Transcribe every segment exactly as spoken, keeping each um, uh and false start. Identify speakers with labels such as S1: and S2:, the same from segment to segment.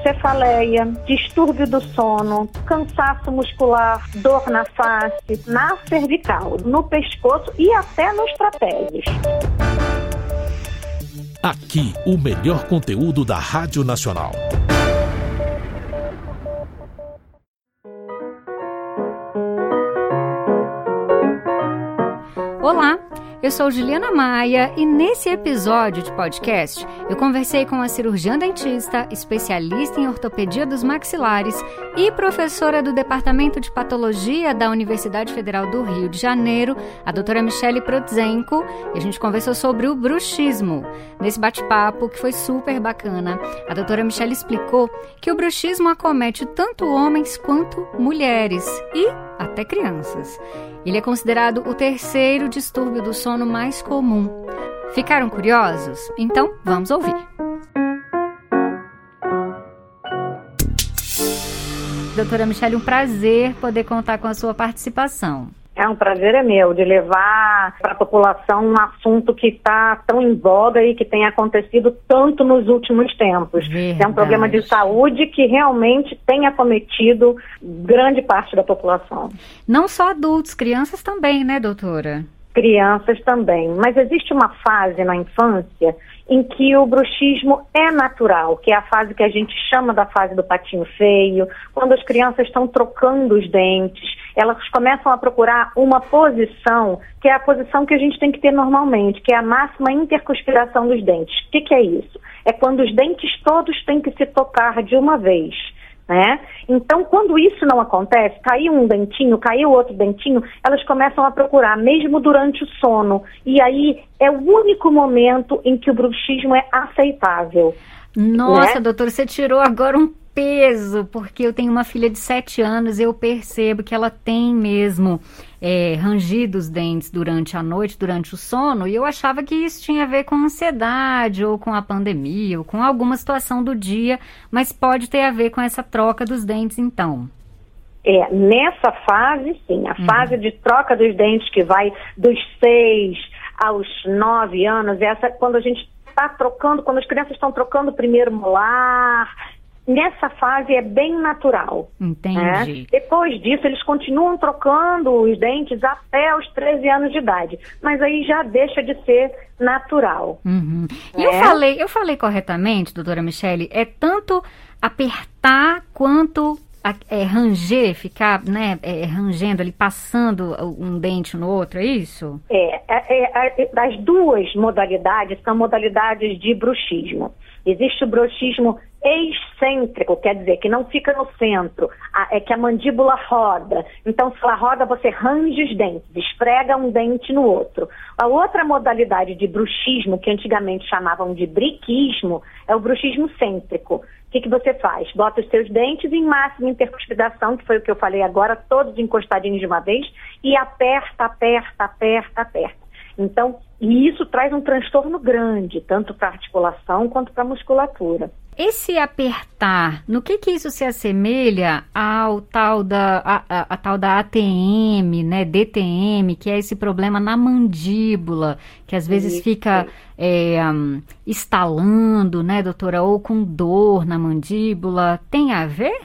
S1: cefaleia, distúrbio do sono, cansaço muscular, dor na face, na cervical, no pescoço e até nos trapézios.
S2: Aqui, o melhor conteúdo da Rádio Nacional.
S3: Olá, eu sou Juliana Maia e nesse episódio de podcast eu conversei com a cirurgiã dentista, especialista em ortopedia dos maxilares e professora do Departamento de Patologia da Universidade Federal do Rio de Janeiro, a doutora Michele Protzenko, e a gente conversou sobre o bruxismo. Nesse bate-papo, que foi super bacana, a doutora Michele explicou que o bruxismo acomete tanto homens quanto mulheres e até crianças. Ele é considerado o terceiro distúrbio do sono mais comum. Ficaram curiosos? Então, vamos ouvir. Doutora Michele, um prazer poder contar com a sua participação.
S1: É um prazer é meu de levar para a população um assunto que está tão em voga e que tem acontecido tanto nos últimos tempos.
S3: Verdade.
S1: É um problema de saúde que realmente tem acometido grande parte da população.
S3: Não só adultos, crianças também, né, doutora?
S1: Crianças também. Mas existe uma fase na infância em que o bruxismo é natural, que é a fase que a gente chama da fase do patinho feio, quando as crianças estão trocando os dentes, elas começam a procurar uma posição, que é a posição que a gente tem que ter normalmente, que é a máxima intercuspiração dos dentes. O que, que é isso? É quando os dentes todos têm que se tocar de uma vez. Né? Então, quando isso não acontece, caiu um dentinho, caiu outro dentinho, elas começam a procurar, mesmo durante o sono. E aí é o único momento em que o bruxismo é aceitável.
S3: Nossa,
S1: né?
S3: doutora, você tirou agora um peso, porque eu tenho uma filha de sete anos e eu percebo que ela tem mesmo é, rangido os dentes durante a noite, durante o sono, e eu achava que isso tinha a ver com ansiedade, ou com a pandemia, ou com alguma situação do dia, mas pode ter a ver com essa troca dos dentes, então.
S1: É, nessa fase, sim, a
S3: Uhum.
S1: fase de troca dos dentes que vai dos seis aos nove anos, essa quando a gente está trocando, quando as crianças estão trocando o primeiro molar. Nessa fase é bem natural.
S3: Entendi.
S1: Né? Depois disso, eles continuam trocando os dentes até os treze anos de idade. Mas aí já deixa de ser natural.
S3: Uhum. E
S1: É.
S3: eu falei, eu falei corretamente, doutora Michele, é tanto apertar quanto a, é, ranger, ficar né, é, rangendo ali, passando um dente no outro, é isso?
S1: É, é, é, é, as duas modalidades são modalidades de bruxismo. Existe o bruxismo excêntrico, quer dizer, que não fica no centro, a, é que a mandíbula roda. Então, se ela roda, você range os dentes, esfrega um dente no outro. A outra modalidade de bruxismo, que antigamente chamavam de briquismo, é o bruxismo cêntrico. O que, que você faz? Bota os seus dentes em máxima intercuspidação, que foi o que eu falei agora, todos encostadinhos de uma vez, e aperta, aperta, aperta, aperta. Então, e isso traz um transtorno grande, tanto para a articulação quanto para a musculatura.
S3: Esse apertar, no que que isso se assemelha ao tal da, a, a, a tal da A T M, né, D T M, que é esse problema na mandíbula, que às vezes isso. fica é, um, estalando, né, doutora, ou com dor na mandíbula. Tem a ver?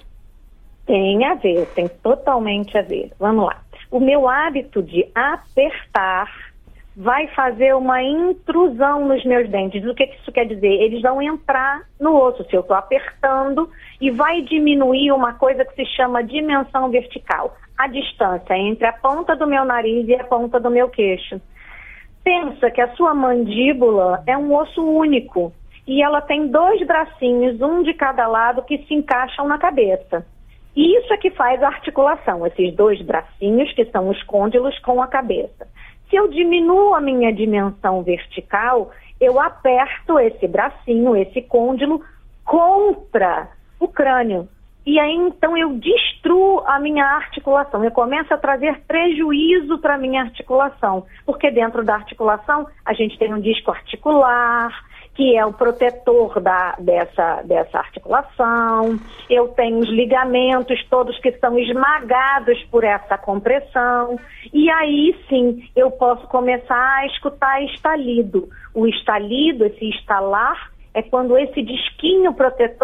S1: Tem a ver, tem totalmente a ver. Vamos lá. O meu hábito de apertar vai fazer uma intrusão nos meus dentes. O que isso quer dizer? Eles vão entrar no osso, se eu estou apertando, e vai diminuir uma coisa que se chama dimensão vertical, a distância entre a ponta do meu nariz e a ponta do meu queixo. Pensa que a sua mandíbula é um osso único, e ela tem dois bracinhos, um de cada lado, que se encaixam na cabeça. E isso é que faz a articulação, esses dois bracinhos, que são os côndilos, com a cabeça. Se eu diminuo a minha dimensão vertical, eu aperto esse bracinho, esse côndilo, contra o crânio. E aí, então, eu destruo a minha articulação. Eu começo a trazer prejuízo para a minha articulação. Porque dentro da articulação, a gente tem um disco articular, que é o protetor da, dessa, dessa articulação. Eu tenho os ligamentos todos que são esmagados por essa compressão. E aí, sim, eu posso começar a escutar estalido. O estalido, esse estalar, é quando esse disquinho protetor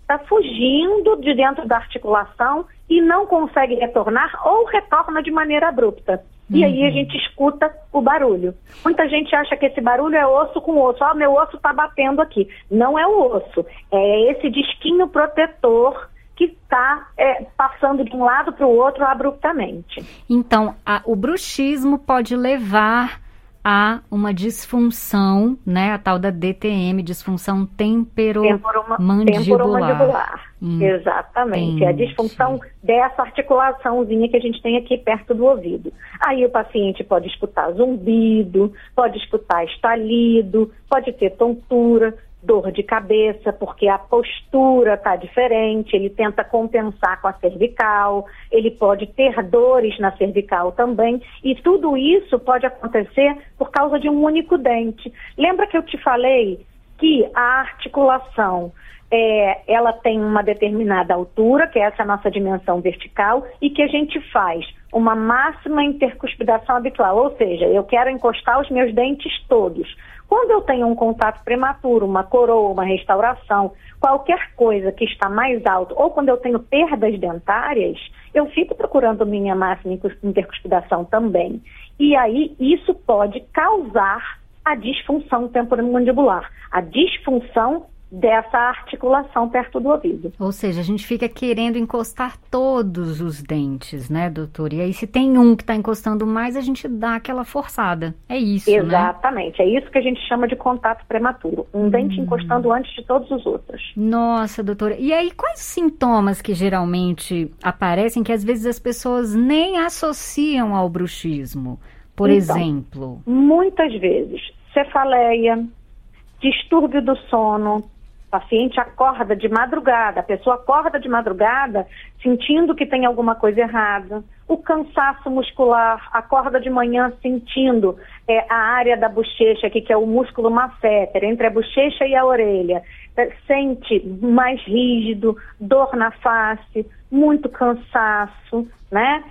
S1: está fugindo de dentro da articulação e não consegue retornar ou retorna de maneira abrupta. E uhum. aí a gente escuta o barulho. Muita gente acha que esse barulho é osso com osso. Ah, meu osso está batendo aqui. Não é o osso, é esse disquinho protetor que está é, passando de um lado para o outro abruptamente.
S3: Então, a, o bruxismo pode levar a uma disfunção, né, a tal da D T M, disfunção temporomandibular.
S1: Temporomandibular, hum, exatamente. Entendi. É a disfunção dessa articulaçãozinha que a gente tem aqui perto do ouvido. Aí o paciente pode escutar zumbido, pode escutar estalido, pode ter tontura, dor de cabeça, porque a postura está diferente, ele tenta compensar com a cervical, ele pode ter dores na cervical também, e tudo isso pode acontecer por causa de um único dente. Lembra que eu te falei que a articulação, é, ela tem uma determinada altura, que é essa nossa dimensão vertical, e que a gente faz uma máxima intercuspidação habitual, ou seja, eu quero encostar os meus dentes todos. Quando eu tenho um contato prematuro, uma coroa, uma restauração, qualquer coisa que está mais alto, ou quando eu tenho perdas dentárias, eu fico procurando minha máxima intercuspidação também. E aí isso pode causar a disfunção temporomandibular, a disfunção dessa articulação perto do ouvido.
S3: Ou seja, a gente fica querendo encostar todos os dentes, né, doutora? E aí se tem um que está encostando mais, a gente dá aquela forçada. É isso,
S1: Exatamente.
S3: né?
S1: É isso que a gente chama de contato prematuro. Um hum. dente encostando antes de todos os outros.
S3: Nossa, doutora. E aí, quais os sintomas que geralmente aparecem que às vezes as pessoas nem associam ao bruxismo? Por então, exemplo?
S1: Muitas vezes, cefaleia, distúrbio do sono. O paciente acorda de madrugada, a pessoa acorda de madrugada sentindo que tem alguma coisa errada. O cansaço muscular, acorda de manhã sentindo é, a área da bochecha aqui, que é o músculo masseter, entre a bochecha e a orelha. É, sente mais rígido, dor na face, muito cansaço, né?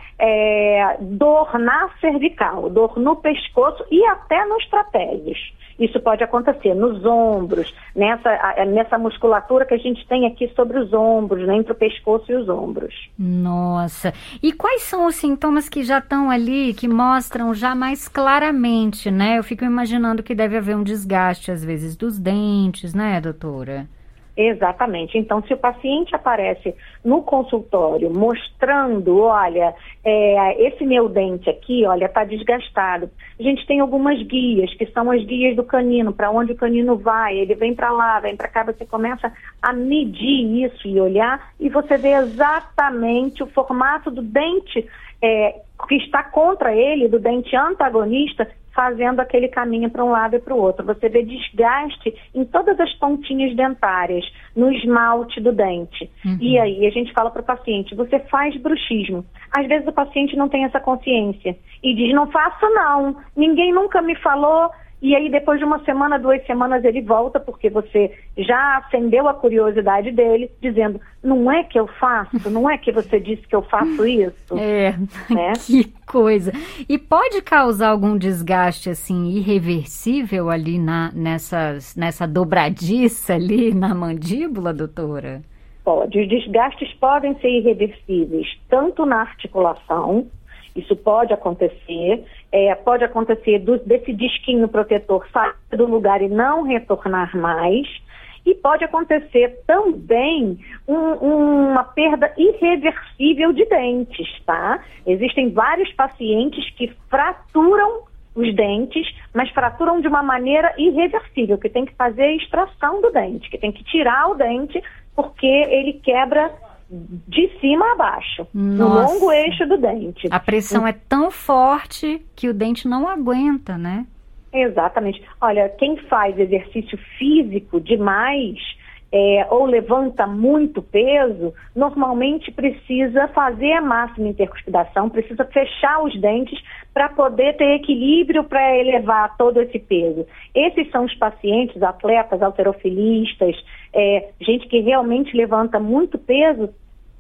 S1: É, dor na cervical, dor no pescoço e até nos trapézios. Isso pode acontecer nos ombros, nessa, nessa musculatura que a gente tem aqui sobre os ombros, né, entre o pescoço e os ombros.
S3: Nossa! E quais são os sintomas que já estão ali, que mostram já mais claramente, né? Eu fico imaginando que deve haver um desgaste, às vezes, dos dentes, né, doutora?
S1: Exatamente. Então, se o paciente aparece no consultório mostrando, olha, é, esse meu dente aqui, olha, está desgastado. A gente tem algumas guias, que são as guias do canino, para onde o canino vai, ele vem para lá, vem para cá, você começa a medir isso e olhar, e você vê exatamente o formato do dente é, que está contra ele, do dente antagonista, fazendo aquele caminho para um lado e para o outro. Você vê desgaste em todas as pontinhas dentárias, no esmalte do dente. Uhum. E aí a gente fala para o paciente, você faz bruxismo. Às vezes o paciente não tem essa consciência e diz, não faço não, ninguém nunca me falou. E aí depois de uma semana, duas semanas ele volta, porque você já acendeu a curiosidade dele, dizendo, não é que eu faço, não é que você disse que eu faço isso?
S3: É, né? Que coisa. E pode causar algum desgaste, assim, irreversível ali na, nessas, nessa dobradiça ali na mandíbula, doutora?
S1: Pode. Os desgastes podem ser irreversíveis, tanto na articulação, isso pode acontecer, é, pode acontecer do, desse disquinho protetor sair do lugar e não retornar mais, e pode acontecer também um, uma perda irreversível de dentes, tá? Existem vários pacientes que fraturam os dentes, mas fraturam de uma maneira irreversível, que tem que fazer a extração do dente, que tem que tirar o dente, porque ele quebra de cima a baixo, no longo eixo do dente.
S3: A pressão é tão forte que o dente não aguenta, né?
S1: Exatamente. Olha, quem faz exercício físico demais é, ou levanta muito peso, normalmente precisa fazer a máxima intercuspidação, precisa fechar os dentes para poder ter equilíbrio para elevar todo esse peso. Esses são os pacientes, atletas, halterofilistas, é, gente que realmente levanta muito peso,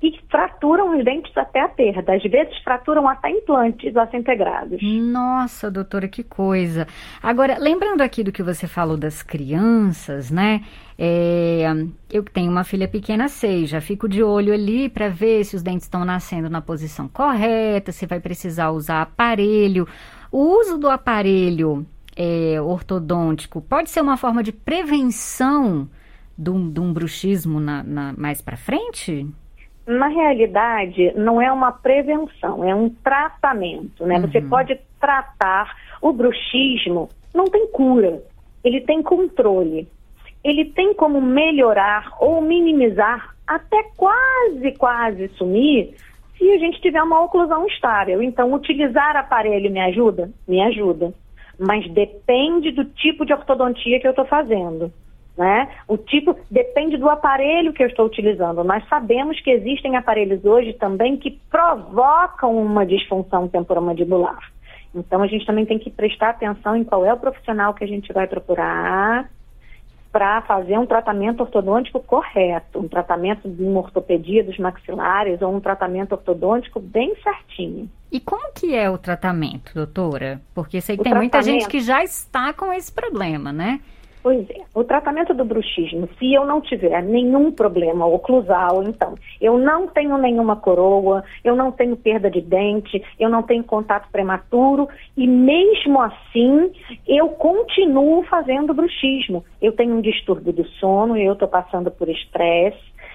S1: e fraturam os dentes até a perda. Às vezes fraturam até implantes osseointegrados.
S3: Nossa, doutora, que coisa. Agora, lembrando aqui do que você falou das crianças, né? É, eu tenho uma filha pequena, sei, já fico de olho ali para ver se os dentes estão nascendo na posição correta, se vai precisar usar aparelho. O uso do aparelho é, ortodôntico pode ser uma forma de prevenção de um, de um bruxismo na, na, mais para frente?
S1: Na realidade, não é uma prevenção, é um tratamento, né? Uhum. Você pode tratar o bruxismo, não tem cura, ele tem controle. Ele tem como melhorar ou minimizar, até quase, quase sumir, se a gente tiver uma oclusão estável. Então, utilizar aparelho me ajuda? Me ajuda. Mas depende do tipo de ortodontia que eu estou fazendo. Né? O tipo depende do aparelho que eu estou utilizando. Nós sabemos que existem aparelhos hoje também que provocam uma disfunção temporomandibular. Então a gente também tem que prestar atenção em qual é o profissional que a gente vai procurar para fazer um tratamento ortodôntico correto, um tratamento de uma ortopedia dos maxilares ou um tratamento ortodôntico bem certinho.
S3: E como que é o tratamento, doutora? Porque sei que
S1: o
S3: tem
S1: tratamento...
S3: muita gente que já está com esse problema, né?
S1: Pois é, o tratamento do bruxismo, se eu não tiver nenhum problema oclusal, então, eu não tenho nenhuma coroa, eu não tenho perda de dente, eu não tenho contato prematuro e mesmo assim eu continuo fazendo bruxismo. Eu tenho um distúrbio do sono, eu estou passando por estresse,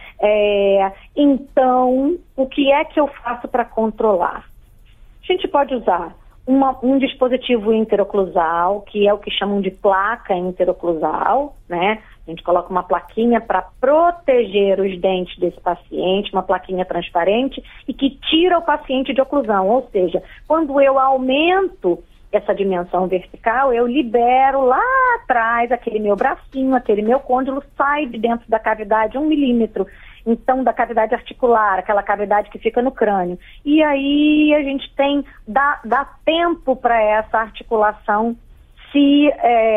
S1: é, então o que é que eu faço para controlar? A gente pode usar Uma, um dispositivo interoclusal, que é o que chamam de placa interoclusal, né? A gente coloca uma plaquinha para proteger os dentes desse paciente, uma plaquinha transparente e que tira o paciente de oclusão. Ou seja, quando eu aumento essa dimensão vertical, eu libero lá atrás aquele meu bracinho, aquele meu côndilo sai de dentro da cavidade um milímetro. Então, da cavidade articular, aquela cavidade que fica no crânio. E aí a gente tem, dá, dá tempo para essa articulação se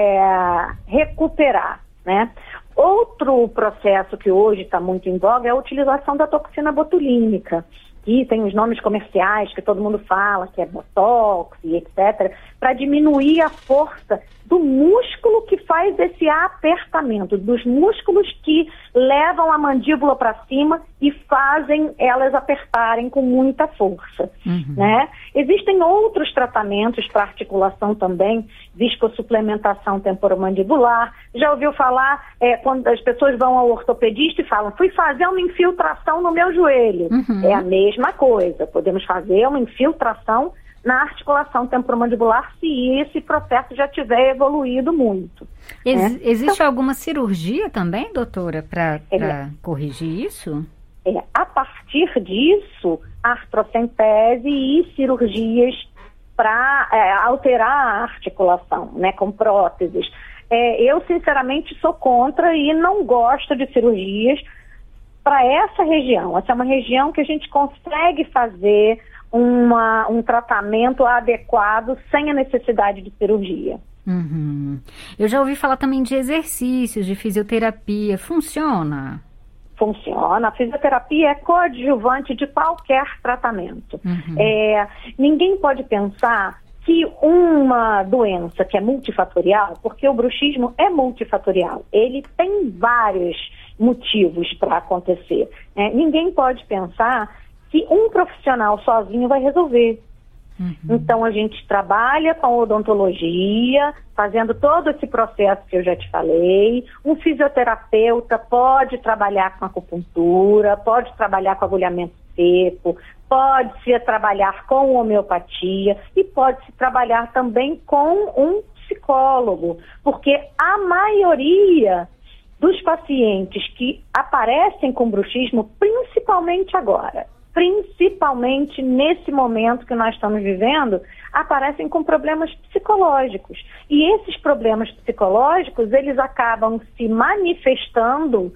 S1: é, recuperar, né? Outro processo que hoje está muito em voga é a utilização da toxina botulínica, que tem os nomes comerciais que todo mundo fala, que é botox e etcétera, para diminuir a força do músculo que faz esse apertamento, dos músculos que levam a mandíbula para cima e fazem elas apertarem com muita força. Uhum. Né? Existem outros tratamentos para articulação também, viscosupplementação temporomandibular. Já ouviu falar é, quando as pessoas vão ao ortopedista e falam, fui fazer uma infiltração no meu joelho. Uhum. É a mesma coisa, podemos fazer uma infiltração na articulação temporomandibular se esse processo já tiver evoluído muito.
S3: Ex-
S1: né?
S3: Existe
S1: então,
S3: alguma cirurgia também, doutora, para
S1: é,
S3: corrigir isso?
S1: É, a partir disso, artrocentese e cirurgias para é, alterar a articulação, né, com próteses. É, eu, sinceramente, sou contra e não gosto de cirurgias para essa região. Essa é uma região que a gente consegue fazer Uma, um tratamento adequado sem a necessidade de cirurgia.
S3: Uhum. Eu já ouvi falar também de exercícios, de fisioterapia. Funciona?
S1: Funciona. A fisioterapia é coadjuvante de qualquer tratamento. Uhum. É, ninguém pode pensar que uma doença que é multifatorial, porque o bruxismo é multifatorial, ele tem vários motivos para acontecer. Né? Ninguém pode pensar que um profissional sozinho vai resolver. Uhum. Então, a gente trabalha com a odontologia, fazendo todo esse processo que eu já te falei. Um fisioterapeuta pode trabalhar com acupuntura, pode trabalhar com agulhamento seco, pode-se trabalhar com homeopatia e pode-se trabalhar também com um psicólogo, porque a maioria dos pacientes que aparecem com bruxismo, principalmente agora, principalmente nesse momento que nós estamos vivendo, aparecem com problemas psicológicos. E esses problemas psicológicos, eles acabam se manifestando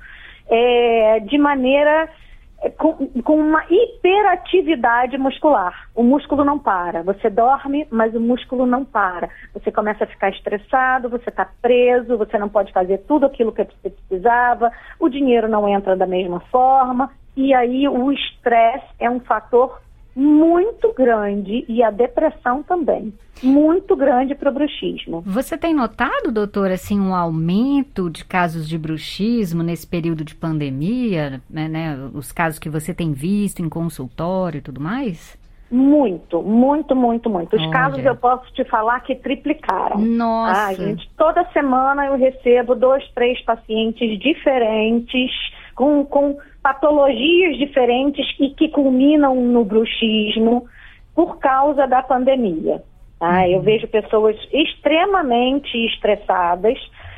S1: é, de maneira... Com, com uma hiperatividade muscular. O músculo não para. Você dorme, mas o músculo não para. Você começa a ficar estressado, você está preso, você não pode fazer tudo aquilo que você precisava, o dinheiro não entra da mesma forma. e aí o estresse é um fator muito grande, e a depressão também, muito grande para o bruxismo.
S3: Você tem notado, doutora, assim, um aumento de casos de bruxismo nesse período de pandemia, né, né, os casos que você tem visto em consultório e tudo mais?
S1: Muito, muito, muito, muito. Os
S3: Olha.
S1: casos eu posso te falar que triplicaram.
S3: Nossa!
S1: Ah, gente, toda semana eu recebo dois, três pacientes diferentes, com, com patologias diferentes e que culminam no bruxismo por causa da pandemia. Tá? Uhum. Eu vejo pessoas extremamente estressadas,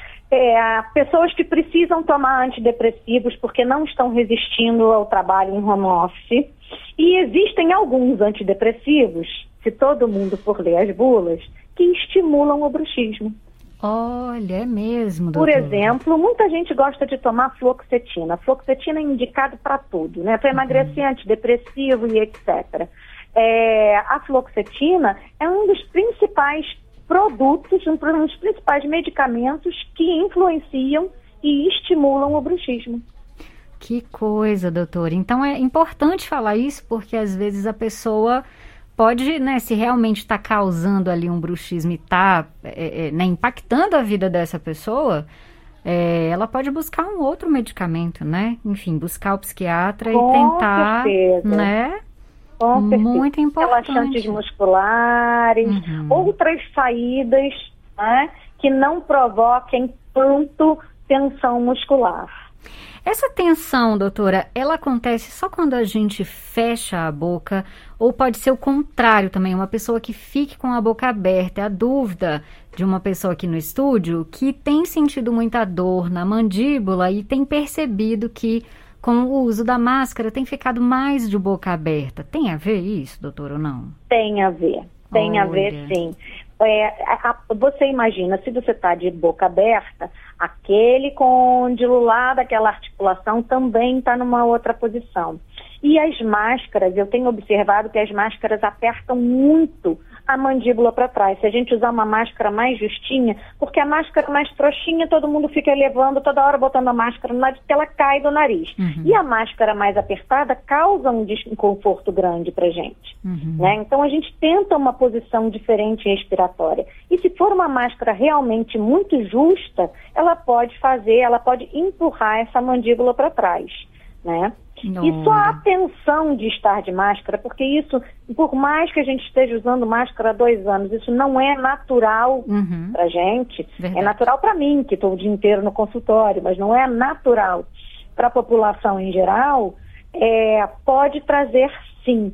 S1: é, pessoas que precisam tomar antidepressivos porque não estão resistindo ao trabalho em home office. E existem alguns antidepressivos, se todo mundo for ler as bulas, que estimulam o bruxismo.
S3: Olha, é mesmo,
S1: doutor. Por exemplo, muita gente gosta de tomar fluoxetina. A fluoxetina é indicado para tudo, né? Para emagrecer, uhum. antidepressivo e etcétera. É, a fluoxetina é um dos principais produtos, um dos principais medicamentos que influenciam e estimulam o bruxismo.
S3: Que coisa, doutora. Então é importante falar isso, porque às vezes a pessoa pode, né, se realmente está causando ali um bruxismo e está é, é, né, impactando a vida dessa pessoa, é, ela pode buscar um outro medicamento, né? Enfim, buscar o psiquiatra
S1: Com
S3: e tentar,
S1: certeza.
S3: né?
S1: Com
S3: Muito
S1: certeza.
S3: importante.
S1: Relaxantes musculares, uhum. outras saídas, né, que não provoquem tanto tensão muscular.
S3: Essa tensão, doutora, ela acontece só quando a gente fecha a boca, ou pode ser o contrário também, uma pessoa que fique com a boca aberta? A dúvida de uma pessoa aqui no estúdio que tem sentido muita dor na mandíbula e tem percebido que com o uso da máscara tem ficado mais de boca aberta. Tem a ver isso, doutora, ou não?
S1: Tem a ver, tem Olha. a ver sim. É, a, a, você imagina, se você está de boca aberta, aquele côndilo lá daquela articulação também está numa outra posição. E as máscaras, eu tenho observado que as máscaras apertam muito a mandíbula para trás. Se a gente usar uma máscara mais justinha, porque a máscara mais trouxinha, todo mundo fica levando toda hora botando a máscara no nariz, porque ela cai do nariz. Uhum. E a máscara mais apertada causa um desconforto grande para a gente. Uhum. Né? Então a gente tenta uma posição diferente respiratória. E se for uma máscara realmente muito justa, ela pode fazer, ela pode empurrar essa mandíbula para trás, né? Não. E só a atenção de estar de máscara, porque isso, por mais que a gente esteja usando máscara há dois anos, isso não é natural uhum. pra gente. Verdade. É natural para mim, que estou o dia inteiro no consultório, mas não é natural para a população em geral. É, pode trazer, sim.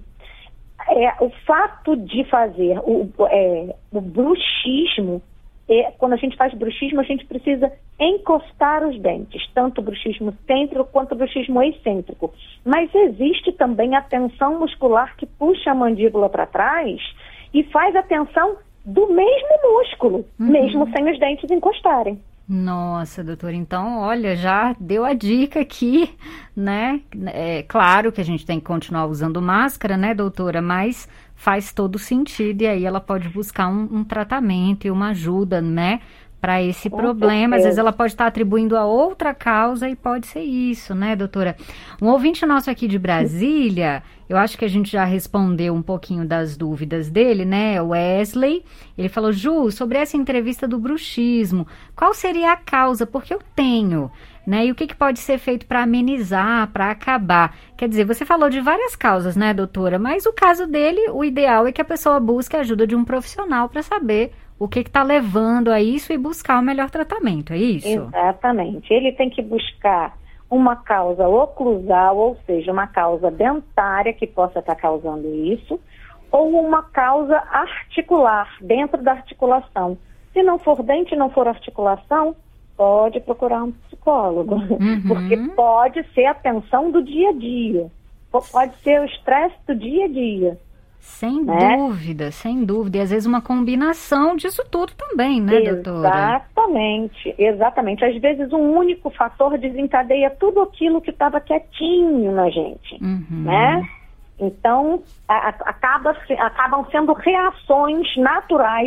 S1: É, o fato de fazer o, é, o bruxismo, é, quando a gente faz bruxismo, a gente precisa encostar os dentes, tanto o bruxismo cêntrico quanto o bruxismo excêntrico. Mas existe também a tensão muscular que puxa a mandíbula para trás e faz a tensão do mesmo músculo, uhum. mesmo sem os dentes encostarem.
S3: Nossa, doutora, então, olha, já deu a dica aqui, né? É claro que a gente tem que continuar usando máscara, né, doutora? Mas faz todo sentido e aí ela pode buscar um, um tratamento e uma ajuda, né? Para esse Com problema, certeza. Às vezes ela pode estar atribuindo a outra causa e pode ser isso, né, doutora? Um ouvinte nosso aqui de Brasília, eu acho que a gente já respondeu um pouquinho das dúvidas dele, né, Wesley, ele falou, Ju, sobre essa entrevista do bruxismo, qual seria a causa? Porque eu tenho, né, e o que, que pode ser feito para amenizar, para acabar? Quer dizer, você falou de várias causas, né, doutora? Mas o caso dele, o ideal é que a pessoa busque a ajuda de um profissional para saber o que está levando a isso e buscar o melhor tratamento, é isso?
S1: Exatamente. Ele tem que buscar uma causa oclusal, ou seja, uma causa dentária que possa estar causando isso, ou uma causa articular, dentro da articulação. Se não for dente e não for articulação, pode procurar um psicólogo, uhum. porque pode ser a tensão do dia a dia, pode ser o estresse do dia a dia.
S3: Sem
S1: né?
S3: dúvida, sem dúvida. E às vezes uma combinação disso tudo também, né, doutora?
S1: Exatamente, exatamente. Às vezes um único fator desencadeia tudo aquilo que estava quietinho na gente, uhum. né? Então, a, a, acaba, acabam sendo reações naturais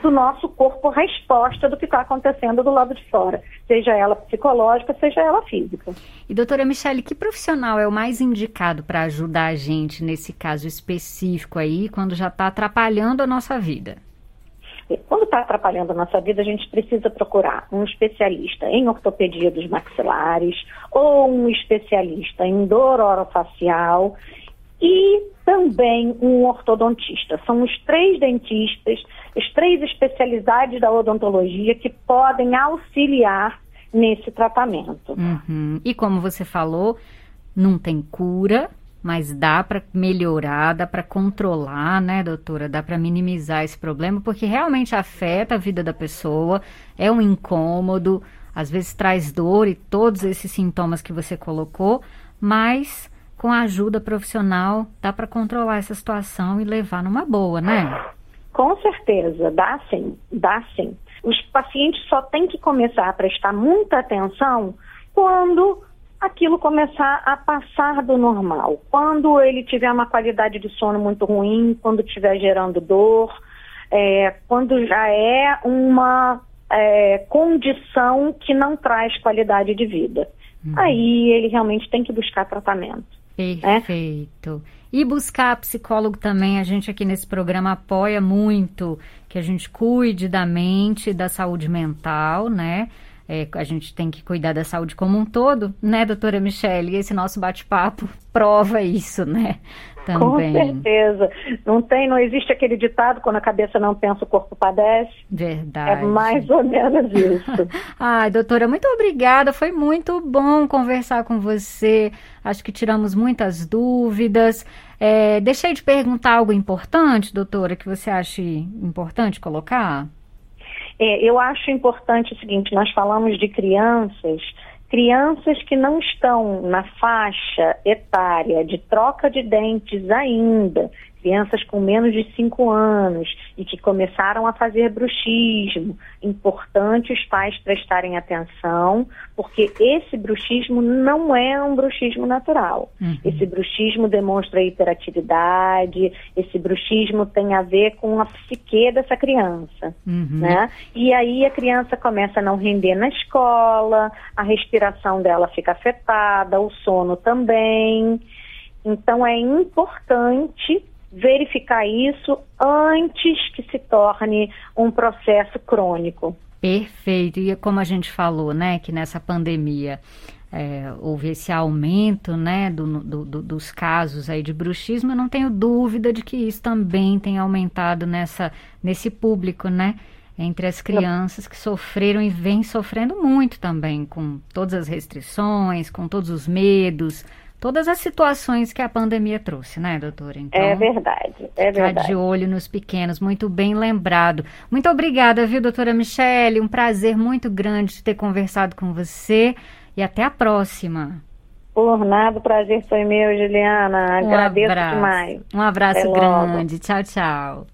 S1: do nosso corpo resposta do que está acontecendo do lado de fora, seja ela psicológica, seja ela física.
S3: E doutora Michele, que profissional é o mais indicado para ajudar a gente nesse caso específico aí, quando já está atrapalhando a nossa vida?
S1: Quando está atrapalhando a nossa vida, a gente precisa procurar um especialista em ortopedia dos maxilares ou um especialista em dor orofacial e também um ortodontista. São os três dentistas, as três especialidades da odontologia que podem auxiliar nesse tratamento.
S3: Uhum. E como você falou, não tem cura, mas dá para melhorar, dá para controlar, né, doutora? Dá para minimizar esse problema, porque realmente afeta a vida da pessoa, é um incômodo, às vezes traz dor e todos esses sintomas que você colocou, mas com a ajuda profissional dá para controlar essa situação e levar numa boa, né?
S1: Com certeza, dá sim, dá sim. Os pacientes só têm que começar a prestar muita atenção quando aquilo começar a passar do normal. Quando ele tiver uma qualidade de sono muito ruim, quando estiver gerando dor, é, quando já é uma é, condição que não traz qualidade de vida. Uhum. Aí ele realmente tem que buscar tratamento.
S3: Perfeito. Né? E buscar psicólogo também, a gente aqui nesse programa apoia muito que a gente cuide da mente, da saúde mental, né? É, a gente tem que cuidar da saúde como um todo, né, doutora Michele? E esse nosso bate-papo prova isso, né? Também.
S1: Com certeza. Não tem, não existe aquele ditado, quando a cabeça não pensa, o corpo padece.
S3: Verdade.
S1: É mais ou menos isso.
S3: Ai, doutora, muito obrigada. Foi muito bom conversar com você. Acho que tiramos muitas dúvidas. É, deixei de perguntar algo importante, doutora, que você acha importante colocar?
S1: É, eu acho importante o seguinte, nós falamos de crianças, crianças que não estão na faixa etária de troca de dentes ainda, crianças com menos de cinco anos e que começaram a fazer bruxismo. Importante os pais prestarem atenção, porque esse bruxismo não é um bruxismo natural. Uhum. Esse bruxismo demonstra hiperatividade, esse bruxismo tem a ver com a psique dessa criança. Uhum. Né? E aí a criança começa a não render na escola, a respiração dela fica afetada, o sono também. Então é importante verificar isso antes que se torne um processo crônico.
S3: Perfeito. E como a gente falou, né, que nessa pandemia é, houve esse aumento, né, do, do, do, dos casos aí de bruxismo, eu não tenho dúvida de que isso também tem aumentado nessa, nesse público, né, entre as crianças que sofreram e vêm sofrendo muito também, com todas as restrições, com todos os medos, todas as situações que a pandemia trouxe, né, doutora? Então,
S1: é verdade, é verdade.
S3: Ficar de olho nos pequenos, muito bem lembrado. Muito obrigada, viu, doutora Michele? Um prazer muito grande ter conversado com você e até a próxima.
S1: Por nada, o prazer foi meu, Juliana.
S3: Um
S1: Agradeço
S3: abraço.
S1: demais.
S3: Um abraço
S1: até
S3: grande.
S1: Logo.
S3: Tchau, tchau.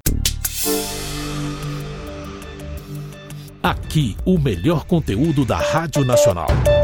S2: Aqui, o melhor conteúdo da Rádio Nacional.